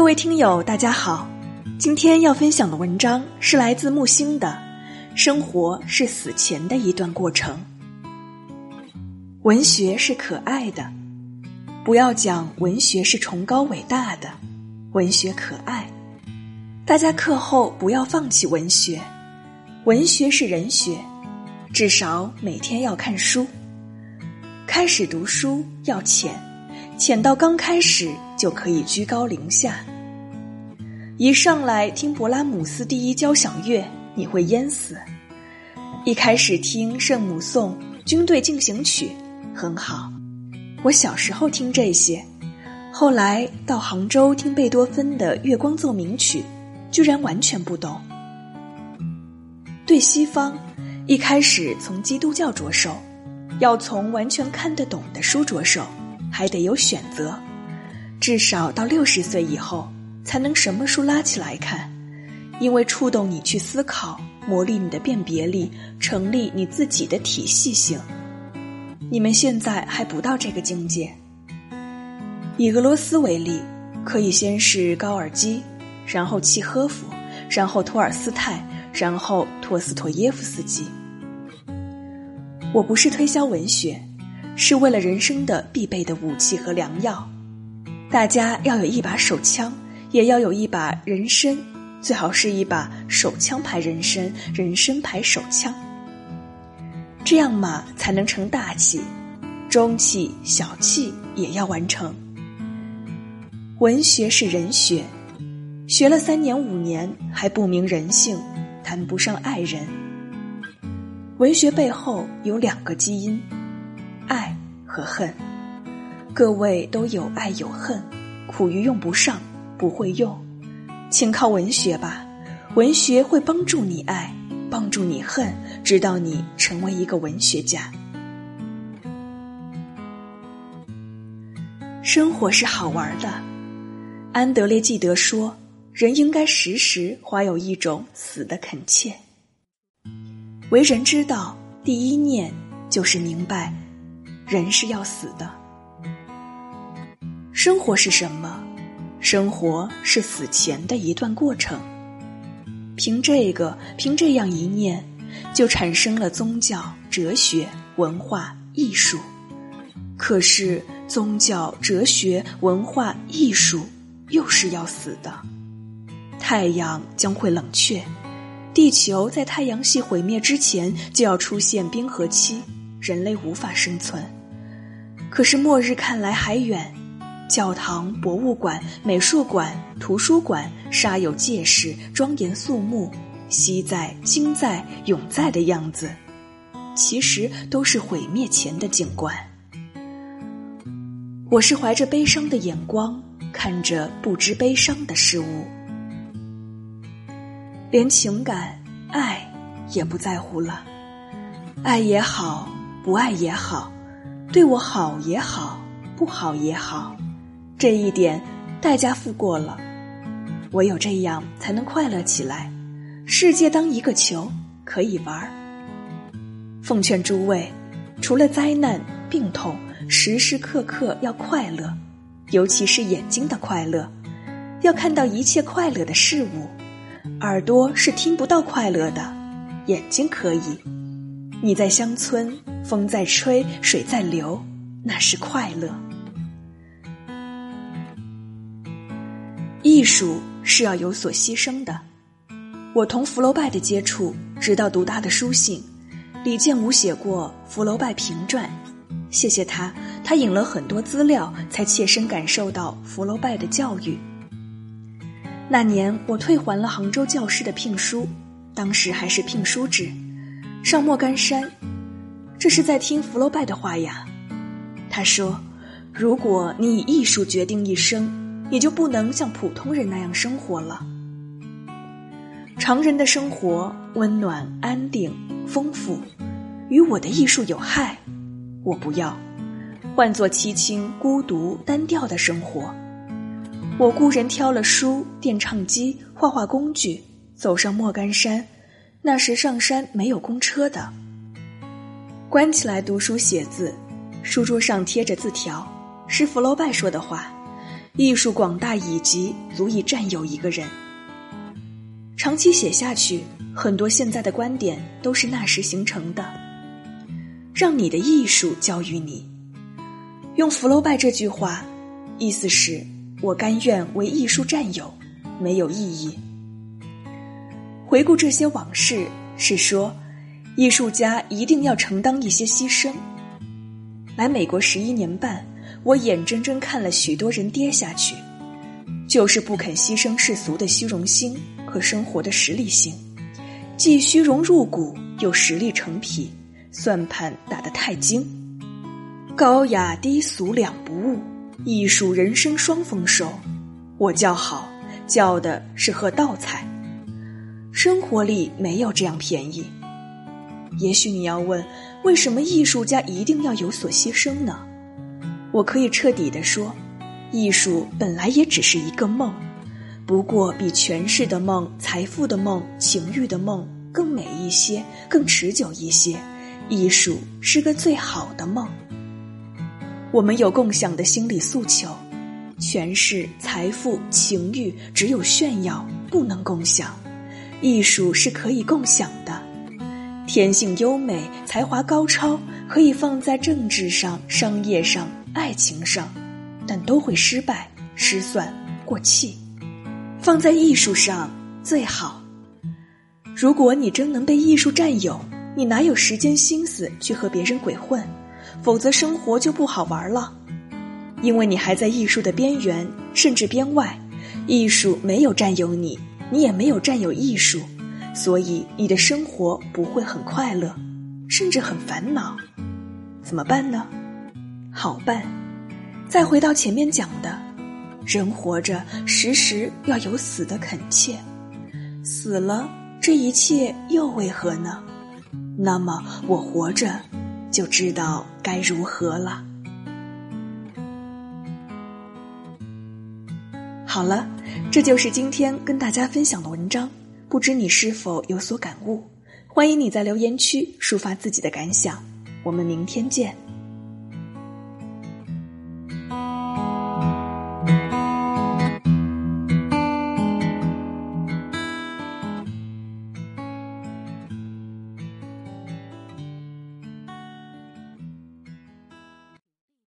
位听友大家好，今天要分享的文章是来自木星的生活是死前的一段过程。文学是可爱的，不要讲文学是崇高伟大的，文学可爱。大家课后不要放弃文学，文学是人学，至少每天要看书。开始读书要浅到刚开始就可以居高临下。一上来听勃拉姆斯第一交响乐，你会淹死。一开始听圣母颂、军队进行曲，很好。我小时候听这些，后来到杭州听贝多芬的月光奏鸣曲，居然完全不懂。对西方，一开始从基督教着手，要从完全看得懂的书着手，还得有选择，至少到60岁以后才能什么书拉起来看，因为触动你去思考，磨砺你的辨别力，成立你自己的体系性。你们现在还不到这个境界。以俄罗斯为例，可以先是高尔基，然后契诃夫，然后托尔斯泰，然后托斯托耶夫斯基。我不是推销文学，是为了人生的必备的武器和良药。大家要有一把手枪，也要有一把人参，最好是一把手枪牌人参，人参牌手枪。这样嘛，才能成大器，中器、小器也要完成。文学是人学，学了3年5年还不明人性，谈不上爱人。文学背后有2个基因，爱和恨。各位都有爱有恨，苦于用不上，不会用，请靠文学吧，文学会帮助你爱，帮助你恨，直到你成为一个文学家。生活是好玩的，安德烈纪德说，人应该时时怀有一种死的恳切。为人之道，第一念就是明白，人是要死的。生活是什么？生活是死前的一段过程。凭这样一念，就产生了宗教、哲学、文化、艺术。可是宗教、哲学、文化、艺术又是要死的。太阳将会冷却，地球在太阳系毁灭之前就要出现冰河期，人类无法生存。可是末日看来还远，教堂、博物馆、美术馆、图书馆煞有介事，庄严肃穆，昔在、今在、永在的样子，其实都是毁灭前的景观。我是怀着悲伤的眼光看着不知悲伤的事物，连情感、爱也不在乎了。爱也好，不爱也好，对我好也好，不好也好，这一点代价付过了。唯有这样才能快乐起来。世界当一个球，可以玩。奉劝诸位，除了灾难、病痛，时时刻刻要快乐，尤其是眼睛的快乐，要看到一切快乐的事物。耳朵是听不到快乐的，眼睛可以。你在乡村，风在吹，水在流，那是快乐。艺术是要有所牺牲的。我同福楼拜的接触，直到读他的书信。李建武写过福楼拜评传，谢谢他，他引了很多资料，才切身感受到福楼拜的教育。那年我退还了杭州教师的聘书，当时还是聘书制，上莫干山。这是在听福楼拜的话呀。他说，如果你以艺术决定一生，你就不能像普通人那样生活了。常人的生活温暖、安定、丰富，与我的艺术有害，我不要。换作凄清、孤独、单调的生活。我孤人挑了书、电唱机、画画工具，走上莫干山。那时上山没有公车的。关起来读书写字，书桌上贴着字条，是福楼拜说的话， 艺术广大以及足以占有一个人。长期写下去，很多现在的观点都是那时形成的。让你的艺术教育你。用福楼拜这句话，意思是我甘愿为艺术占有，没有意义。回顾这些往事，是说艺术家一定要承担一些牺牲。来美国11年半，我眼睁睁看了许多人跌下去，就是不肯牺牲世俗的虚荣心和生活的实力性，既虚荣入骨，又实力成皮，算盘打得太精。高雅低俗两不误，艺术人生双丰收。我叫好，叫的是喝倒彩。生活里没有这样便宜。也许你要问，为什么艺术家一定要有所牺牲呢？我可以彻底地说，艺术本来也只是一个梦，不过比权势的梦、财富的梦、情欲的梦更美一些，更持久一些。艺术是个最好的梦。我们有共享的心理诉求，权势、财富、情欲只有炫耀，不能共享。艺术是可以共享的，天性优美，才华高超，可以放在政治上、商业上、爱情上，但都会失败、失算、过气。放在艺术上最好。如果你真能被艺术占有，你哪有时间心思去和别人鬼混？否则生活就不好玩了。因为你还在艺术的边缘，甚至边外，艺术没有占有你，你也没有占有艺术，所以你的生活不会很快乐，甚至很烦恼。怎么办呢？好办。再回到前面讲的，人活着时时要有死的恳切，死了这一切又为何呢？那么我活着就知道该如何了。好了，这就是今天跟大家分享的文章，不知你是否有所感悟？欢迎你在留言区抒发自己的感想，我们明天见。